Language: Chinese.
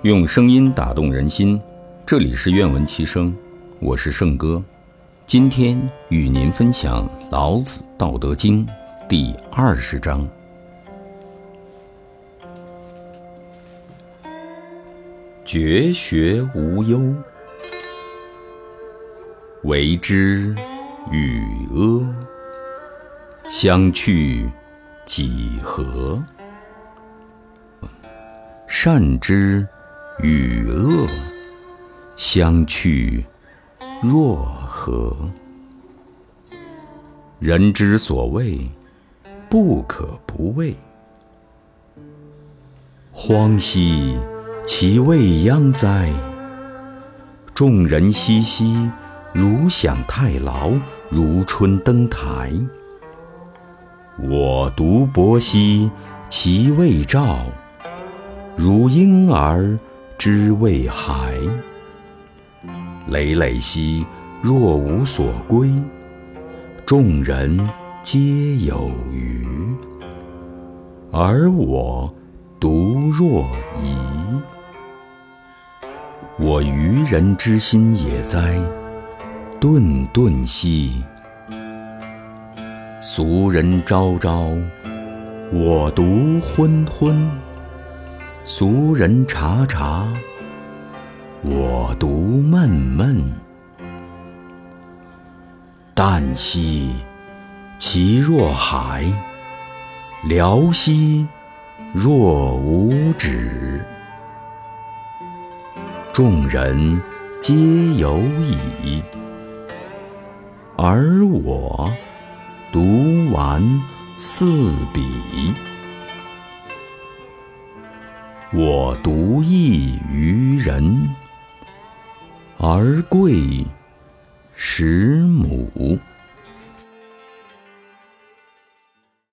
用声音打动人心，这里是愿闻其声，我是圣哥。今天与您分享老子《道德经》第20章。绝学无忧，为之与阿，相去几何？善之与恶，相去若何？人之所畏，不可不畏。荒兮其未央哉！众人熙熙，如享太牢，如春登台。我独泊兮其未兆，如婴儿之未孩。累累兮若无所归，众人皆有余，而我独若遗。我愚人之心也哉！顿顿兮，俗人昭昭，我独昏昏；俗人察察，我独闷闷。旦兮其若海，辽兮若无止。众人皆有矣，而我独顽四鄙。我独异于人，而贵10畝。